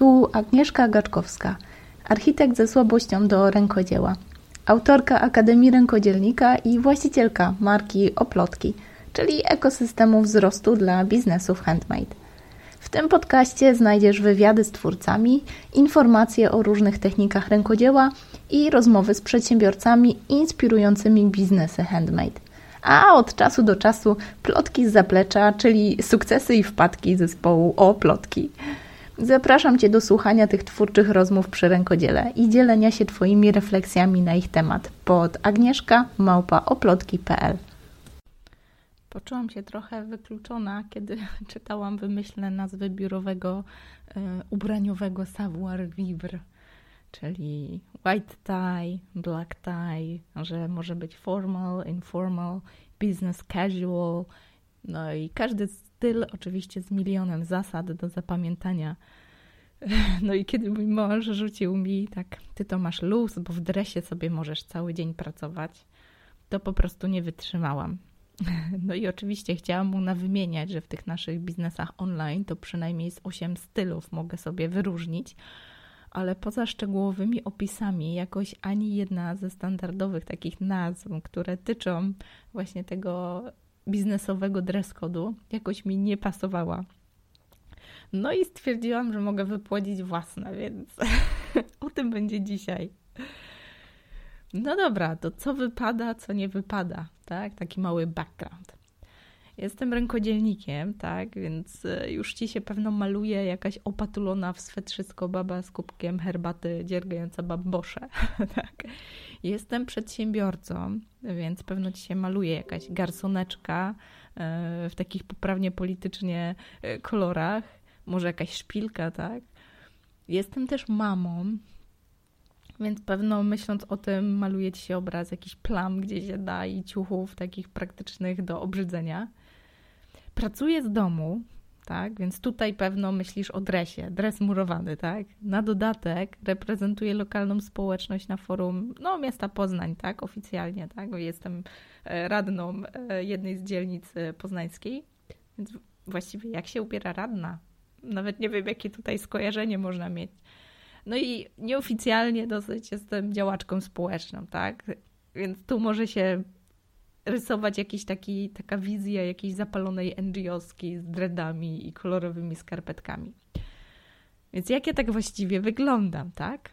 Tu Agnieszka Gaczkowska, architekt ze słabością do rękodzieła, autorka Akademii Rękodzielnika i właścicielka marki Oplotki, czyli ekosystemu wzrostu dla biznesów handmade. W tym podcaście znajdziesz wywiady z twórcami, informacje o różnych technikach rękodzieła i rozmowy z przedsiębiorcami inspirującymi biznesy handmade. A od czasu do czasu plotki z zaplecza, czyli sukcesy i wpadki zespołu Oplotki. Zapraszam Cię do słuchania tych twórczych rozmów przy rękodziele i dzielenia się Twoimi refleksjami na ich temat pod agnieszka@oplotki.pl. Poczułam się trochę wykluczona, kiedy czytałam wymyślne nazwy biurowego ubraniowego savoir-vivre, czyli white tie, black tie, że może być formal, informal, business casual, no i każdy styl oczywiście z milionem zasad do zapamiętania. No i kiedy mój mąż rzucił mi tak, ty to masz luz, bo w dresie sobie możesz cały dzień pracować, to po prostu nie wytrzymałam. No i oczywiście chciałam mu nawymieniać, że w tych naszych biznesach online to przynajmniej z 8 stylów mogę sobie wyróżnić, ale poza szczegółowymi opisami jakoś ani jedna ze standardowych takich nazw, które tyczą właśnie tego biznesowego dress code'u, jakoś mi nie pasowała. No i stwierdziłam, że mogę wypłodzić własne, więc o tym będzie dzisiaj. No dobra, to co wypada, co nie wypada, tak? Taki mały background. Jestem rękodzielnikiem, tak? Więc już Ci się pewno maluje jakaś opatulona w swetrzysko baba z kubkiem herbaty dziergająca bambosze, tak? Jestem przedsiębiorcą, więc pewno Ci się maluje jakaś garsoneczka w takich poprawnie politycznie kolorach, może jakaś szpilka, tak? Jestem też mamą, więc pewno myśląc o tym maluje Ci się obraz jakichś plam, gdzie się da i ciuchów takich praktycznych do obrzydzenia. Pracuję z domu, tak, więc tutaj pewno myślisz o dresie, dres murowany, tak. Na dodatek reprezentuję lokalną społeczność na forum miasta Poznań, tak, oficjalnie, tak, bo jestem radną jednej z dzielnic poznańskiej, więc właściwie jak się ubiera radna? Nawet nie wiem, jakie tutaj skojarzenie można mieć. No i nieoficjalnie dosyć jestem działaczką społeczną, tak, więc tu może się rysować taka wizja jakiejś zapalonej NGO-ski z dreadami i kolorowymi skarpetkami. Więc jak ja tak właściwie wyglądam, tak?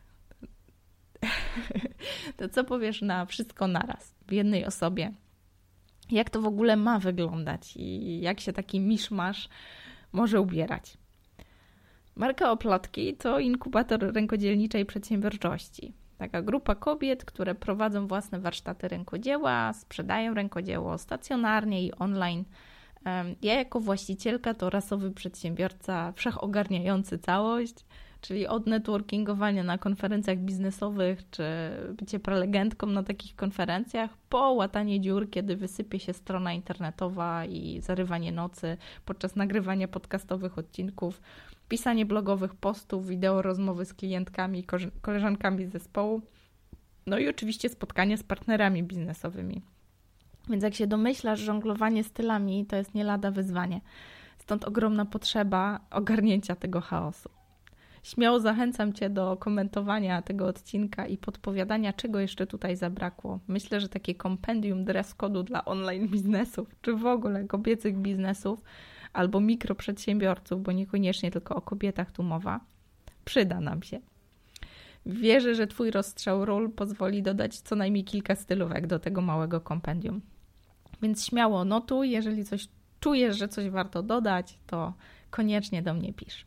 To co powiesz na wszystko naraz, w jednej osobie? Jak to w ogóle ma wyglądać i jak się taki miszmasz może ubierać? Marka Oplotki to inkubator rękodzielniczej przedsiębiorczości. Taka grupa kobiet, które prowadzą własne warsztaty rękodzieła, sprzedają rękodzieło stacjonarnie i online. Ja jako właścicielka to rasowy przedsiębiorca wszechogarniający całość, czyli od networkingowania na konferencjach biznesowych, czy bycie prelegentką na takich konferencjach, po łatanie dziur, kiedy wysypie się strona internetowa i zarywanie nocy podczas nagrywania podcastowych odcinków, pisanie blogowych postów, wideo rozmowy z klientkami, koleżankami z zespołu, no i oczywiście spotkania z partnerami biznesowymi. Więc jak się domyślasz, żonglowanie stylami to jest nie lada wyzwanie. Stąd ogromna potrzeba ogarnięcia tego chaosu. Śmiało zachęcam Cię do komentowania tego odcinka i podpowiadania, czego jeszcze tutaj zabrakło. Myślę, że takie kompendium dress code'u dla online biznesów, czy w ogóle kobiecych biznesów, albo mikroprzedsiębiorców, bo niekoniecznie tylko o kobietach tu mowa, przyda nam się. Wierzę, że Twój rozstrzał ról pozwoli dodać co najmniej kilka stylówek do tego małego kompendium. Więc śmiało notuj, jeżeli coś czujesz, że coś warto dodać, to koniecznie do mnie pisz.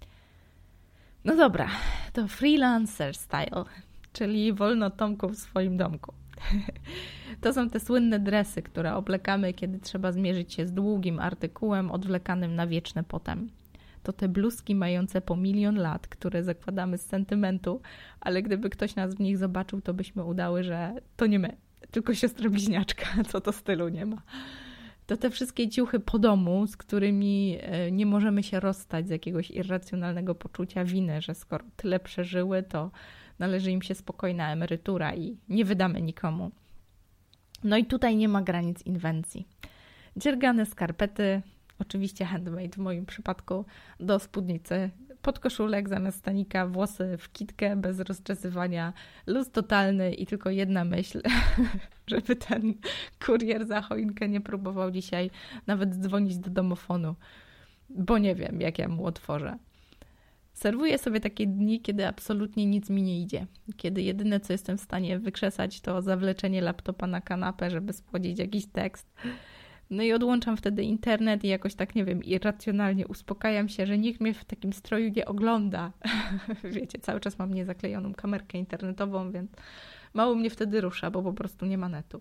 No dobra, to freelancer style, czyli wolno Tomku w swoim domku. To są te słynne dresy, które oblekamy, kiedy trzeba zmierzyć się z długim artykułem odwlekanym na wieczne potem. To te bluzki mające po 1 000 000 lat, które zakładamy z sentymentu, ale gdyby ktoś nas w nich zobaczył, to byśmy udały, że to nie my, tylko siostra bliźniaczka, co to stylu nie ma. To te wszystkie ciuchy po domu, z którymi nie możemy się rozstać z jakiegoś irracjonalnego poczucia winy, że skoro tyle przeżyły, to należy im się spokojna emerytura i nie wydamy nikomu. No i tutaj nie ma granic inwencji. Dziergane skarpety, oczywiście handmade w moim przypadku, do spódnicy podkoszulek zamiast stanika, włosy w kitkę, bez rozczesywania, luz totalny i tylko jedna myśl, żeby ten kurier za choinkę nie próbował dzisiaj nawet dzwonić do domofonu, bo nie wiem, jak ja mu otworzę. Serwuję sobie takie dni, kiedy absolutnie nic mi nie idzie. Kiedy jedyne, co jestem w stanie wykrzesać, to zawleczenie laptopa na kanapę, żeby spłodzić jakiś tekst. No i odłączam wtedy internet i jakoś tak, nie wiem, irracjonalnie uspokajam się, że nikt mnie w takim stroju nie ogląda. Wiecie, cały czas mam niezaklejoną kamerkę internetową, więc mało mnie wtedy rusza, bo po prostu nie ma netu.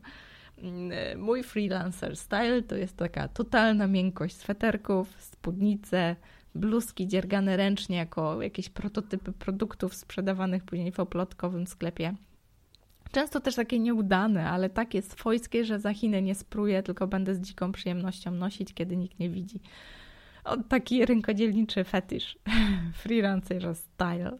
Mój freelancer style to jest taka totalna miękkość sweterków, spódnice, bluzki dziergane ręcznie jako jakieś prototypy produktów sprzedawanych później w oplotkowym sklepie. Często też takie nieudane, ale takie swojskie, że za Chinę nie spróję, tylko będę z dziką przyjemnością nosić, kiedy nikt nie widzi. O, taki rękodzielniczy fetysz. Freelancer style.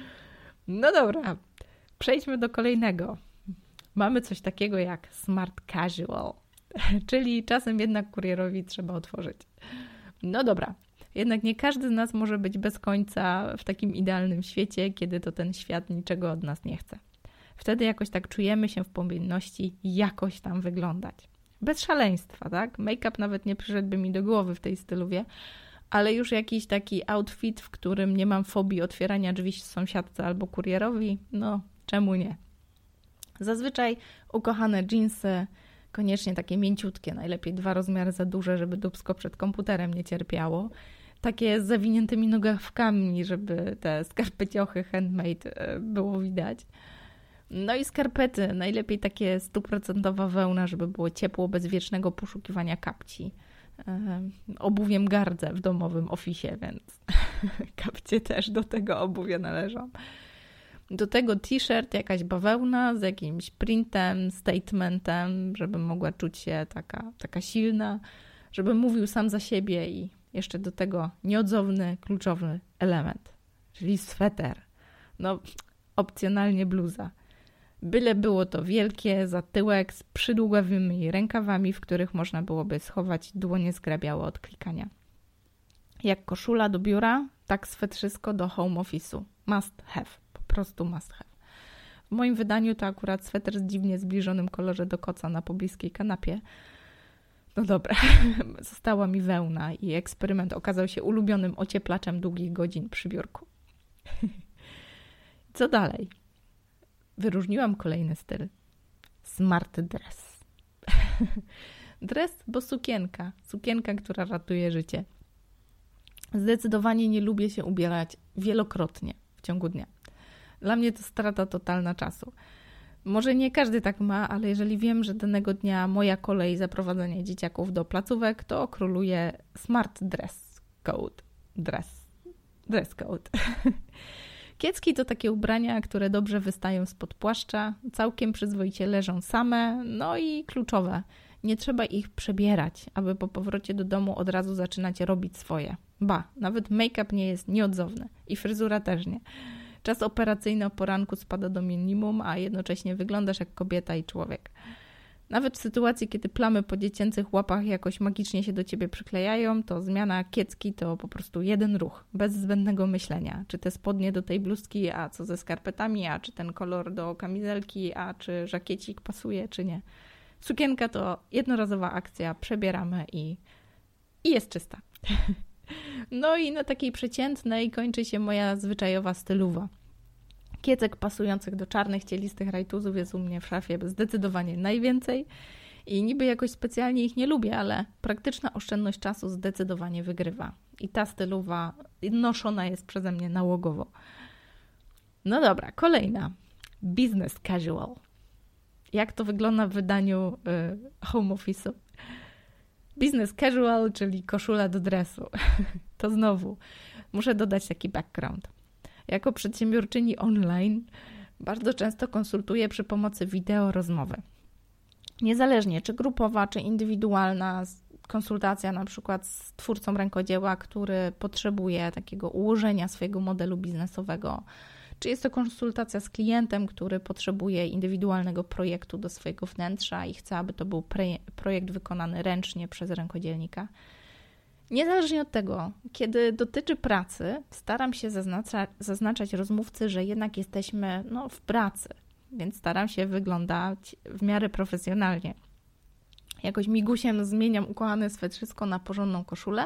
No dobra, przejdźmy do kolejnego. Mamy coś takiego jak smart casual, czyli czasem jednak kurierowi trzeba otworzyć. No dobra, jednak nie każdy z nas może być bez końca w takim idealnym świecie, kiedy to ten świat niczego od nas nie chce. Wtedy jakoś tak czujemy się w powinności jakoś tam wyglądać. Bez szaleństwa, tak? Make-up nawet nie przyszedłby mi do głowy w tej stylowie, ale już jakiś taki outfit, w którym nie mam fobii otwierania drzwi sąsiadce albo kurierowi, no czemu nie? Zazwyczaj ukochane dżinsy, koniecznie takie mięciutkie, najlepiej 2 rozmiary za duże, żeby dupsko przed komputerem nie cierpiało. Takie z zawiniętymi nogawkami, żeby te skarpeciochy handmade było widać. No i skarpety, najlepiej takie 100% wełna, żeby było ciepło, bez wiecznego poszukiwania kapci. Obuwiem gardzę w domowym ofisie, więc kapcie też do tego obuwia należą. Do tego t-shirt, jakaś bawełna z jakimś printem, statementem, żeby mogła czuć się taka silna, żeby mówił sam za siebie i jeszcze do tego nieodzowny, kluczowy element, czyli sweter. No, opcjonalnie bluza. Byle było to wielkie, za tyłek, z przydługawymi rękawami, w których można byłoby schować dłonie zgrabiałe od klikania. Jak koszula do biura, tak swetrzysko do home office'u. Must have. Po prostu must have. W moim wydaniu to akurat sweter z dziwnie zbliżonym kolorze do koca na pobliskiej kanapie. No dobra, została mi wełna i eksperyment okazał się ulubionym ocieplaczem długich godzin przy biurku. Co dalej? Wyróżniłam kolejny styl. Smart dress. Dres, bo sukienka. Sukienka, która ratuje życie. Zdecydowanie nie lubię się ubierać wielokrotnie w ciągu dnia. Dla mnie to strata totalna czasu. Może nie każdy tak ma, ale jeżeli wiem, że danego dnia moja kolej zaprowadzenia dzieciaków do placówek, to króluje smart dress code. Dress code. Kiecki to takie ubrania, które dobrze wystają spod płaszcza, całkiem przyzwoicie leżą same, no i kluczowe. Nie trzeba ich przebierać, aby po powrocie do domu od razu zaczynać robić swoje. Ba, nawet make-up nie jest nieodzowny i fryzura też nie. Czas operacyjny o poranku spada do minimum, a jednocześnie wyglądasz jak kobieta i człowiek. Nawet w sytuacji, kiedy plamy po dziecięcych łapach jakoś magicznie się do ciebie przyklejają, to zmiana kiecki to po prostu jeden ruch, bez zbędnego myślenia. Czy te spodnie do tej bluzki, a co ze skarpetami, a czy ten kolor do kamizelki, a czy żakiecik pasuje, czy nie. Sukienka to jednorazowa akcja, przebieramy i jest czysta. No i na takiej przeciętnej kończy się moja zwyczajowa stylowa. Kiecek pasujących do czarnych, cielistych rajtuzów jest u mnie w szafie zdecydowanie najwięcej i niby jakoś specjalnie ich nie lubię, ale praktyczna oszczędność czasu zdecydowanie wygrywa. I ta stylowa noszona jest przeze mnie nałogowo. No dobra, kolejna. Business casual. Jak to wygląda w wydaniu home office'u? Business casual, czyli koszula do dresu. To znowu muszę dodać taki background. Jako przedsiębiorczyni online bardzo często konsultuję przy pomocy wideo rozmowy. Niezależnie czy grupowa, czy indywidualna konsultacja na przykład z twórcą rękodzieła, który potrzebuje takiego ułożenia swojego modelu biznesowego, czy jest to konsultacja z klientem, który potrzebuje indywidualnego projektu do swojego wnętrza i chce, aby to był projekt wykonany ręcznie przez rękodzielnika. Niezależnie od tego, kiedy dotyczy pracy, staram się zaznaczać rozmówcy, że jednak jesteśmy w pracy, więc staram się wyglądać w miarę profesjonalnie. Jakoś migusiem zmieniam ukochane swetrzysko na porządną koszulę,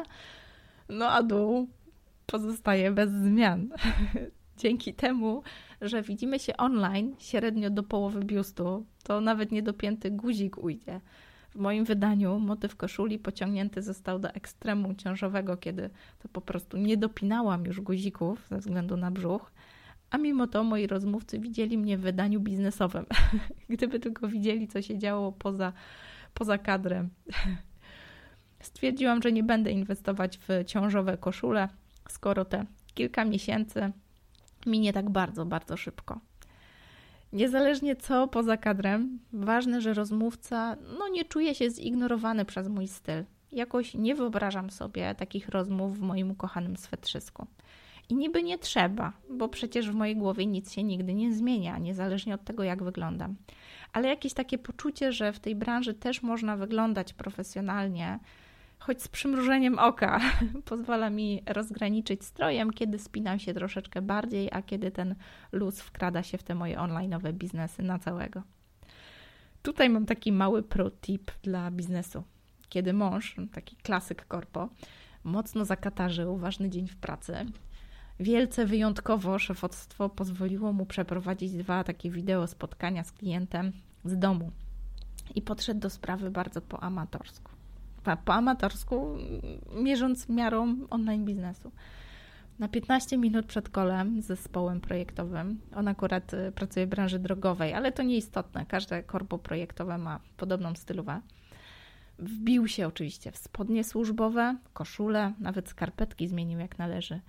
a dół pozostaje bez zmian. Dzięki temu, że widzimy się online średnio do połowy biustu, to nawet niedopięty guzik ujdzie. W moim wydaniu motyw koszuli pociągnięty został do ekstremu ciążowego, kiedy to po prostu nie dopinałam już guzików ze względu na brzuch, a mimo to moi rozmówcy widzieli mnie w wydaniu biznesowym. Gdyby tylko widzieli, co się działo poza kadrem. Stwierdziłam, że nie będę inwestować w ciążowe koszule, skoro te kilka miesięcy minie tak bardzo, bardzo szybko. Niezależnie co poza kadrem, ważne, że rozmówca nie czuje się zignorowany przez mój styl. Jakoś nie wyobrażam sobie takich rozmów w moim ukochanym swetrzysku. I niby nie trzeba, bo przecież w mojej głowie nic się nigdy nie zmienia, niezależnie od tego, jak wyglądam. Ale jakieś takie poczucie, że w tej branży też można wyglądać profesjonalnie, choć z przymrużeniem oka, pozwala mi rozgraniczyć strojem, kiedy spinam się troszeczkę bardziej, a kiedy ten luz wkrada się w te moje online'owe biznesy na całego. Tutaj mam taki mały pro tip dla biznesu. Kiedy mąż, taki klasyk korpo, mocno zakatarzył ważny dzień w pracy, wielce wyjątkowo szefostwo pozwoliło mu przeprowadzić 2 takie wideo spotkania z klientem z domu i podszedł do sprawy bardzo po amatorsku. Po amatorsku, mierząc miarą online biznesu. Na 15 minut przed kolem z zespołem projektowym, on akurat pracuje w branży drogowej, ale to nieistotne, każde korpo projektowe ma podobną stylówę. Wbił się oczywiście w spodnie służbowe, koszulę, nawet skarpetki zmienił jak należy.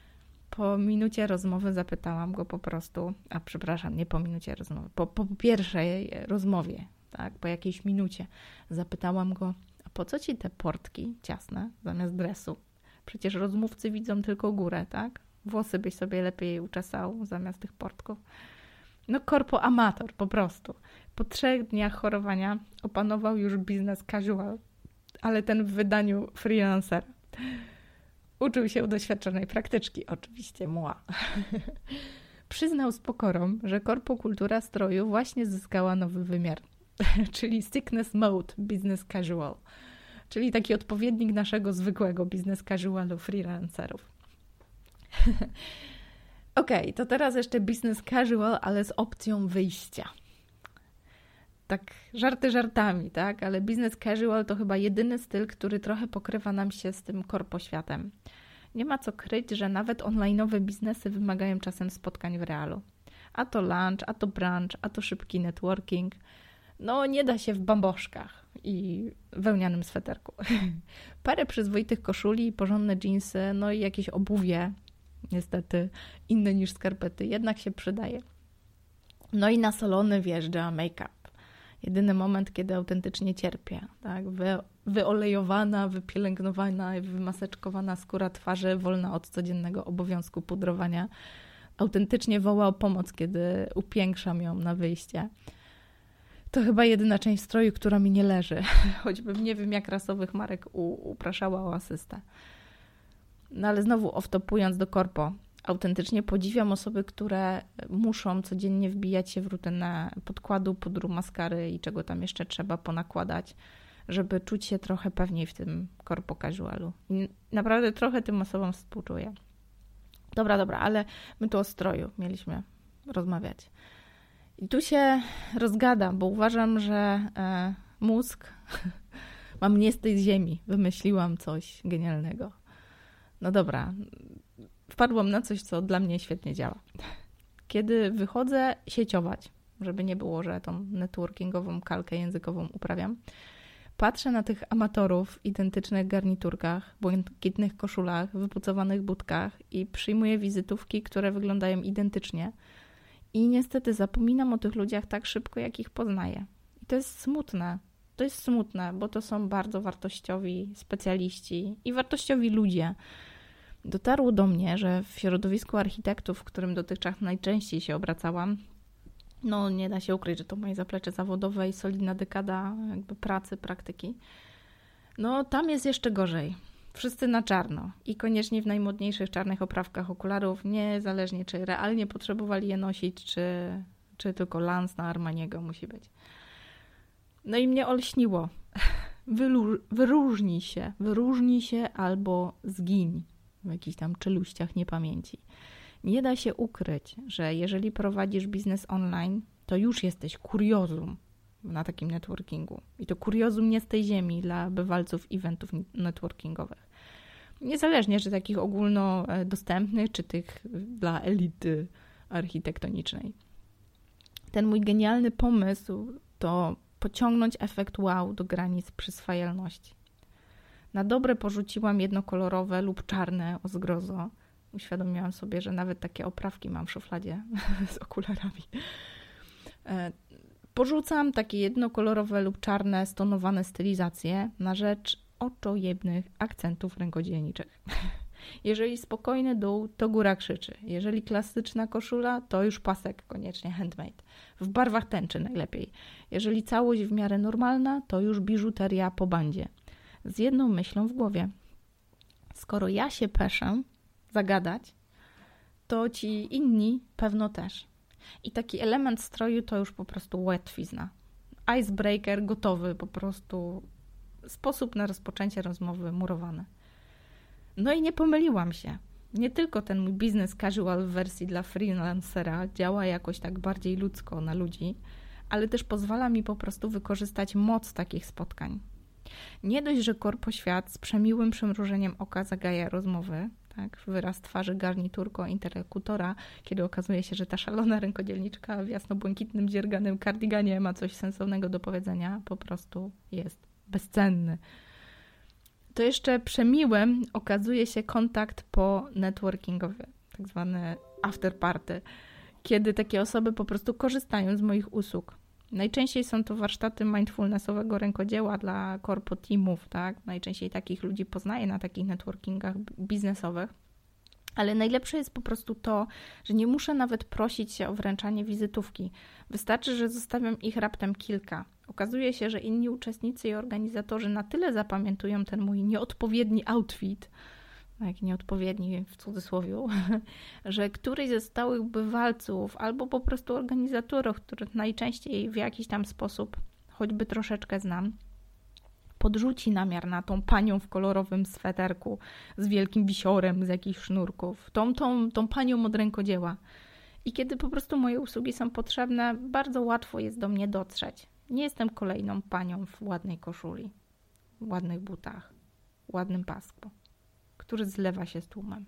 Po minucie rozmowy zapytałam go po prostu, nie po minucie rozmowy, po pierwszej rozmowie, tak, po jakiejś minucie zapytałam go, a po co ci te portki ciasne zamiast dresu? Przecież rozmówcy widzą tylko górę, tak? Włosy byś sobie lepiej uczesał zamiast tych portków. Korpo amator po prostu. Po 3 dniach chorowania opanował już biznes casual, ale ten w wydaniu freelancera. Uczył się u doświadczonej praktyczki, oczywiście mła. Przyznał z pokorą, że korpokultura stroju właśnie zyskała nowy wymiar, czyli sickness mode business casual, czyli taki odpowiednik naszego zwykłego business casualu freelancerów. Okej, to teraz jeszcze business casual, ale z opcją wyjścia. Tak, żarty żartami, tak? Ale business casual to chyba jedyny styl, który trochę pokrywa nam się z tym korpo światem. Nie ma co kryć, że nawet online'owe biznesy wymagają czasem spotkań w realu. A to lunch, a to brunch, a to szybki networking. Nie da się w bamboszkach i wełnianym sweterku. Parę przyzwoitych koszuli, porządne dżinsy, i jakieś obuwie, niestety inne niż skarpety, jednak się przydaje. I na salony wjeżdża make-up. Jedyny moment, kiedy autentycznie cierpię. Tak? Wyolejowana, wypielęgnowana, wymaseczkowana skóra twarzy, wolna od codziennego obowiązku pudrowania. Autentycznie woła o pomoc, kiedy upiększam ją na wyjście. To chyba jedyna część stroju, która mi nie leży. Choćbym nie wiem, jak rasowych marek upraszała o asystę. Ale znowu off-topując do korpo, autentycznie podziwiam osoby, które muszą codziennie wbijać się w rutynę podkładu, pudru, maskary i czego tam jeszcze trzeba ponakładać, żeby czuć się trochę pewniej w tym korpo casualu. I naprawdę trochę tym osobom współczuję. Dobra, ale my tu o stroju mieliśmy rozmawiać. I tu się rozgadam, bo uważam, że mózg ma mnie z tej ziemi. Wymyśliłam coś genialnego. Dobra, wpadłam na coś, co dla mnie świetnie działa. Kiedy wychodzę sieciować, żeby nie było, że tą networkingową kalkę językową uprawiam, patrzę na tych amatorów w identycznych garniturkach, błękitnych koszulach, wypucowanych budkach i przyjmuję wizytówki, które wyglądają identycznie. I niestety zapominam o tych ludziach tak szybko, jak ich poznaję. I to jest smutne. To jest smutne, bo to są bardzo wartościowi specjaliści i wartościowi ludzie. Dotarło do mnie, że w środowisku architektów, w którym dotychczas najczęściej się obracałam, nie da się ukryć, że to moje zaplecze zawodowe i solidna dekada jakby pracy, praktyki. Tam jest jeszcze gorzej. Wszyscy na czarno i koniecznie w najmodniejszych czarnych oprawkach okularów, niezależnie czy realnie potrzebowali je nosić, czy tylko lans na Armaniego musi być. No i mnie olśniło. Wyróżnij się albo zgiń w jakichś tam czeluściach niepamięci. Nie da się ukryć, że jeżeli prowadzisz biznes online, to już jesteś kuriozum na takim networkingu. I to kuriozum nie z tej ziemi dla bywalców eventów networkingowych. Niezależnie, czy takich ogólnodostępnych, czy tych dla elity architektonicznej. Ten mój genialny pomysł to pociągnąć efekt wow do granic przyswajalności. Na dobre porzuciłam jednokolorowe lub czarne o zgrozo. Uświadomiłam sobie, że nawet takie oprawki mam w szufladzie z okularami. Porzucam takie jednokolorowe lub czarne stonowane stylizacje na rzecz oczojebnych akcentów rękodzielniczych. Jeżeli spokojny dół, to góra krzyczy. Jeżeli klasyczna koszula, to już pasek koniecznie handmade. W barwach tęczy najlepiej. Jeżeli całość w miarę normalna, to już biżuteria po bandzie. Z jedną myślą w głowie. Skoro ja się peszę zagadać, to ci inni pewno też. I taki element stroju to już po prostu łatwizna. Icebreaker gotowy, po prostu sposób na rozpoczęcie rozmowy murowany. No i nie pomyliłam się. Nie tylko ten mój biznes casual w wersji dla freelancera działa jakoś tak bardziej ludzko na ludzi, ale też pozwala mi po prostu wykorzystać moc takich spotkań. Nie dość, że korpoświat z przemiłym przymrużeniem oka zagaja rozmowy, tak, wyraz twarzy garniturko interlokutora, kiedy okazuje się, że ta szalona rękodzielniczka w jasno-błękitnym, dzierganym kardiganie ma coś sensownego do powiedzenia, po prostu jest bezcenny. To jeszcze przemiłym okazuje się kontakt po networkingowy, tak zwany after party, kiedy takie osoby po prostu korzystają z moich usług. Najczęściej są to warsztaty mindfulnessowego rękodzieła dla korpo teamów, tak? Najczęściej takich ludzi poznaję na takich networkingach biznesowych. Ale najlepsze jest po prostu to, że nie muszę nawet prosić się o wręczanie wizytówki. Wystarczy, że zostawiam ich raptem kilka. Okazuje się, że inni uczestnicy i organizatorzy na tyle zapamiętują ten mój nieodpowiedni outfit, tak, nieodpowiedni w cudzysłowie, że któryś ze stałych bywalców albo po prostu organizatorów, których najczęściej w jakiś tam sposób choćby troszeczkę znam, podrzuci namiar na tą panią w kolorowym sweterku z wielkim wisiorem z jakichś sznurków, tą panią od rękodzieła. I kiedy po prostu moje usługi są potrzebne, bardzo łatwo jest do mnie dotrzeć. Nie jestem kolejną panią w ładnej koszuli, w ładnych butach, ładnym pasku, który zlewa się z tłumem.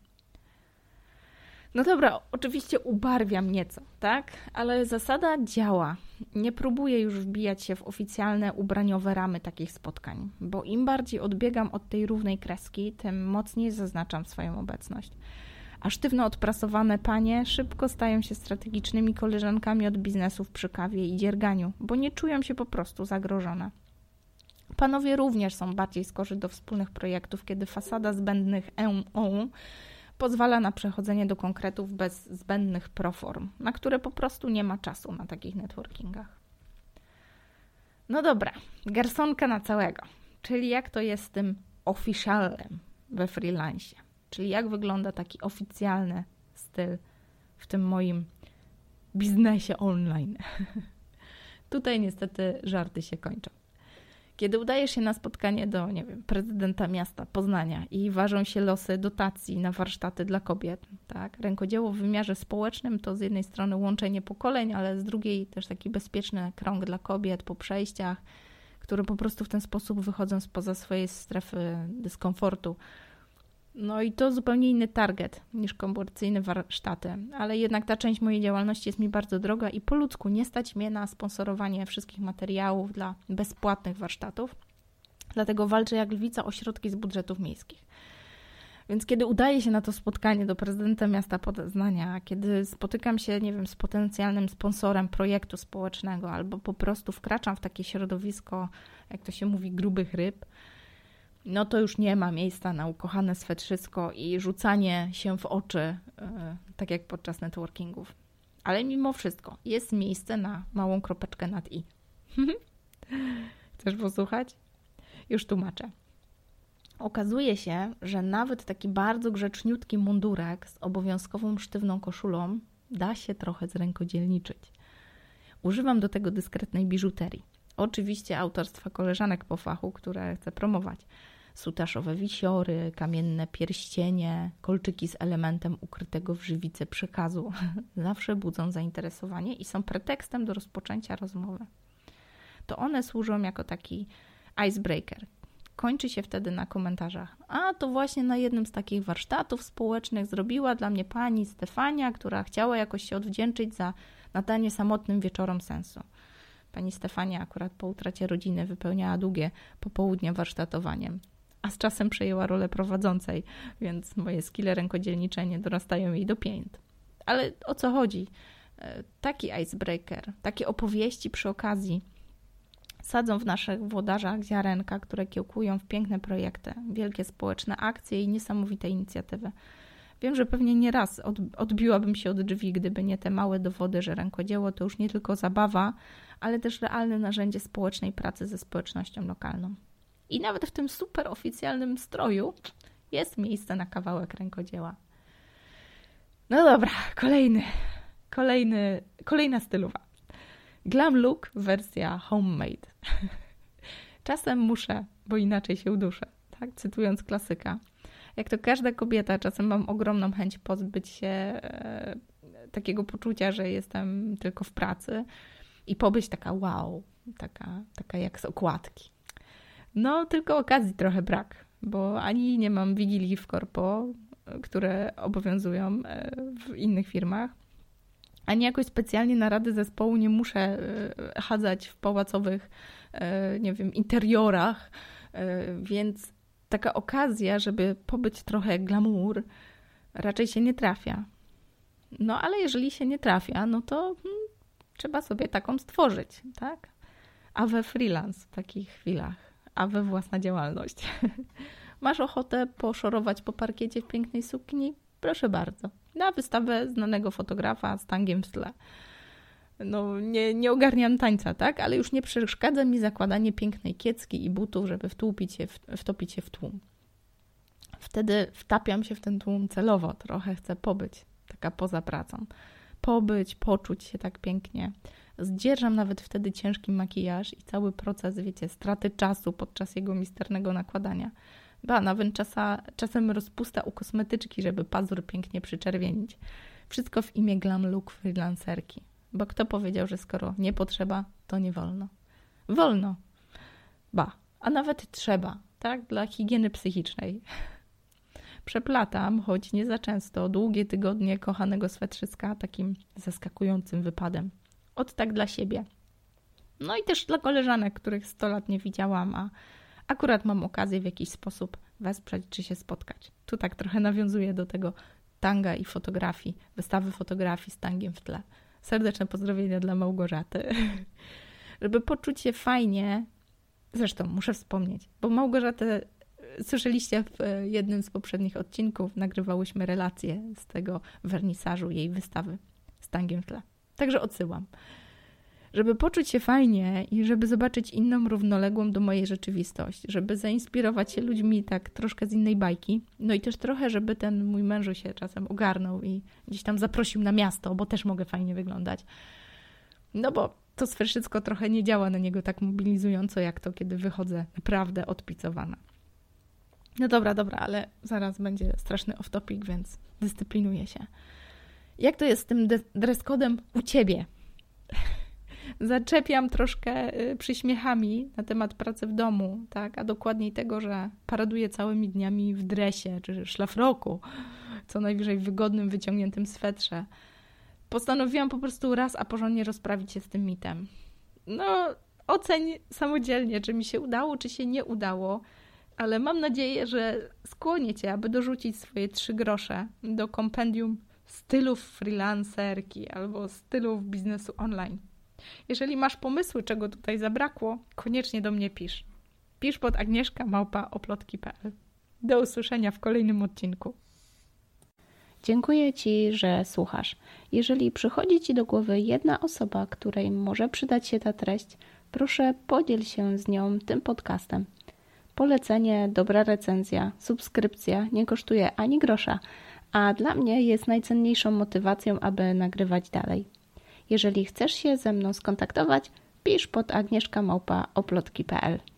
No dobra, oczywiście ubarwiam nieco, tak? Ale zasada działa. Nie próbuję już wbijać się w oficjalne ubraniowe ramy takich spotkań, bo im bardziej odbiegam od tej równej kreski, tym mocniej zaznaczam swoją obecność. A sztywno odprasowane panie szybko stają się strategicznymi koleżankami od biznesów przy kawie i dzierganiu, bo nie czują się po prostu zagrożone. Panowie również są bardziej skorzy do wspólnych projektów, kiedy fasada zbędnych pozwala na przechodzenie do konkretów bez zbędnych proform, na które po prostu nie ma czasu na takich networkingach. No dobra, garsonka na całego, czyli jak to jest z tym officialem we freelancie, czyli jak wygląda taki oficjalny styl w tym moim biznesie online. Tutaj niestety żarty się kończą. Kiedy udajesz się na spotkanie do, prezydenta miasta Poznania i ważą się losy dotacji na warsztaty dla kobiet, tak? Rękodzieło w wymiarze społecznym to z jednej strony łączenie pokoleń, ale z drugiej też taki bezpieczny krąg dla kobiet po przejściach, które po prostu w ten sposób wychodzą spoza swojej strefy dyskomfortu. No i to zupełnie inny target niż komercyjne warsztaty, ale jednak ta część mojej działalności jest mi bardzo droga i po ludzku nie stać mnie na sponsorowanie wszystkich materiałów dla bezpłatnych warsztatów, dlatego walczę jak lwica o środki z budżetów miejskich. Więc kiedy udaje się na to spotkanie do prezydenta miasta Poznania, kiedy spotykam się, z potencjalnym sponsorem projektu społecznego albo po prostu wkraczam w takie środowisko, jak to się mówi, grubych ryb, no to już nie ma miejsca na ukochane swetrzysko i rzucanie się w oczy, tak jak podczas networkingów. Ale mimo wszystko jest miejsce na małą kropeczkę nad i. Chcesz posłuchać? Już tłumaczę. okazuje się, że nawet taki bardzo grzeczniutki mundurek z obowiązkową sztywną koszulą da się trochę zrękodzielniczyć. Używam do tego dyskretnej biżuterii. Oczywiście autorstwa koleżanek po fachu, które chcę promować. Sutaszowe wisiory, kamienne pierścienie, kolczyki z elementem ukrytego w żywicy przekazu zawsze budzą zainteresowanie i są pretekstem do rozpoczęcia rozmowy. To one służą jako taki icebreaker. Kończy się wtedy na komentarzach. A to właśnie na jednym z takich warsztatów społecznych zrobiła dla mnie pani Stefania, która chciała jakoś się odwdzięczyć za nadanie samotnym wieczorom sensu. Pani Stefania akurat po utracie rodziny wypełniała długie popołudnie warsztatowaniem, a z czasem przejęła rolę prowadzącej, więc moje skille rękodzielnicze nie dorastają jej do pięt. Ale o co chodzi? Taki icebreaker, takie opowieści przy okazji sadzą w naszych włodarzach ziarenka, które kiełkują w piękne projekty, wielkie społeczne akcje i niesamowite inicjatywy. Wiem, że pewnie nie raz odbiłabym się od drzwi, gdyby nie te małe dowody, że rękodzieło to już nie tylko zabawa, ale też realne narzędzie społecznej pracy ze społecznością lokalną. I nawet w tym super oficjalnym stroju jest miejsce na kawałek rękodzieła. No dobra, kolejna stylowa. Glam look wersja homemade. Czasem muszę, bo inaczej się uduszę, tak? Cytując klasyka. Jak to każda kobieta, czasem mam ogromną chęć pozbyć się takiego poczucia, że jestem tylko w pracy i pobyć taka wow, taka jak z okładki. No, tylko okazji trochę brak, bo ani nie mam wigilii w korpo, które obowiązują w innych firmach, ani jakoś specjalnie na rady zespołu nie muszę chadzać w pałacowych, interiorach, więc taka okazja, żeby pobyć trochę glamour, raczej się nie trafia. No, ale jeżeli się nie trafia, no to trzeba sobie taką stworzyć, tak? A we freelance w takich chwilach, a we własna działalność. Masz ochotę poszorować po parkiecie w pięknej sukni? Proszę bardzo. Na wystawę znanego fotografa z tangiem w tle. No, nie ogarniam tańca, tak? Ale już nie przeszkadza mi zakładanie pięknej kiecki i butów, żeby wtopić się w tłum. Wtedy wtapiam się w ten tłum celowo. Trochę chcę pobyć, taka poza pracą. Pobyć, poczuć się tak pięknie. Zdzierżam nawet wtedy ciężki makijaż i cały proces, straty czasu podczas jego misternego nakładania. Nawet czasem rozpusta u kosmetyczki, żeby pazur pięknie przyczerwienić. Wszystko w imię glam look freelancerki. Bo kto powiedział, że skoro nie potrzeba, to nie wolno? Wolno. A nawet trzeba, tak? Dla higieny psychicznej. Przeplatam, choć nie za często, długie tygodnie kochanego swetrzyska takim zaskakującym wypadem. Tak dla siebie. No i też dla koleżanek, których 100 lat nie widziałam, a akurat mam okazję w jakiś sposób wesprzeć czy się spotkać. Tu tak trochę nawiązuję do tego tanga i fotografii, wystawy fotografii z tangiem w tle. Serdeczne pozdrowienia dla Małgorzaty. Żeby poczuć się fajnie, zresztą muszę wspomnieć, bo Małgorzatę słyszeliście w jednym z poprzednich odcinków, nagrywałyśmy relację z tego wernisażu jej wystawy z tangiem w tle. Także odsyłam. Żeby poczuć się fajnie i żeby zobaczyć inną, równoległą do mojej rzeczywistości, żeby zainspirować się ludźmi tak troszkę z innej bajki, no i też trochę, żeby ten mój mężu się czasem ogarnął i gdzieś tam zaprosił na miasto, bo też mogę fajnie wyglądać. No bo to wszystko trochę nie działa na niego tak mobilizująco, jak to, kiedy wychodzę naprawdę odpicowana. No dobra, ale zaraz będzie straszny off-topic, więc dyscyplinuję się. Jak to jest z tym dress codem u Ciebie? Zaczepiam troszkę przyśmiechami na temat pracy w domu, tak? A dokładniej tego, że paraduję całymi dniami w dresie czy szlafroku, co najwyżej w wygodnym, wyciągniętym swetrze. Postanowiłam po prostu raz a porządnie rozprawić się z tym mitem. No, oceń samodzielnie, czy mi się udało, czy się nie udało, ale mam nadzieję, że skłonię Cię, aby dorzucić swoje 3 grosze do kompendium stylów freelancerki albo stylów biznesu online. Jeżeli masz pomysły, czego tutaj zabrakło, koniecznie do mnie pisz. Pisz pod agnieszka@oplotki.pl. Do usłyszenia w kolejnym odcinku. Dziękuję Ci, że słuchasz. Jeżeli przychodzi Ci do głowy jedna osoba, której może przydać się ta treść, proszę podziel się z nią tym podcastem. Polecenie, dobra recenzja, subskrypcja nie kosztuje ani grosza, a dla mnie jest najcenniejszą motywacją, aby nagrywać dalej. Jeżeli chcesz się ze mną skontaktować, pisz pod agnieszka@oplotki.pl.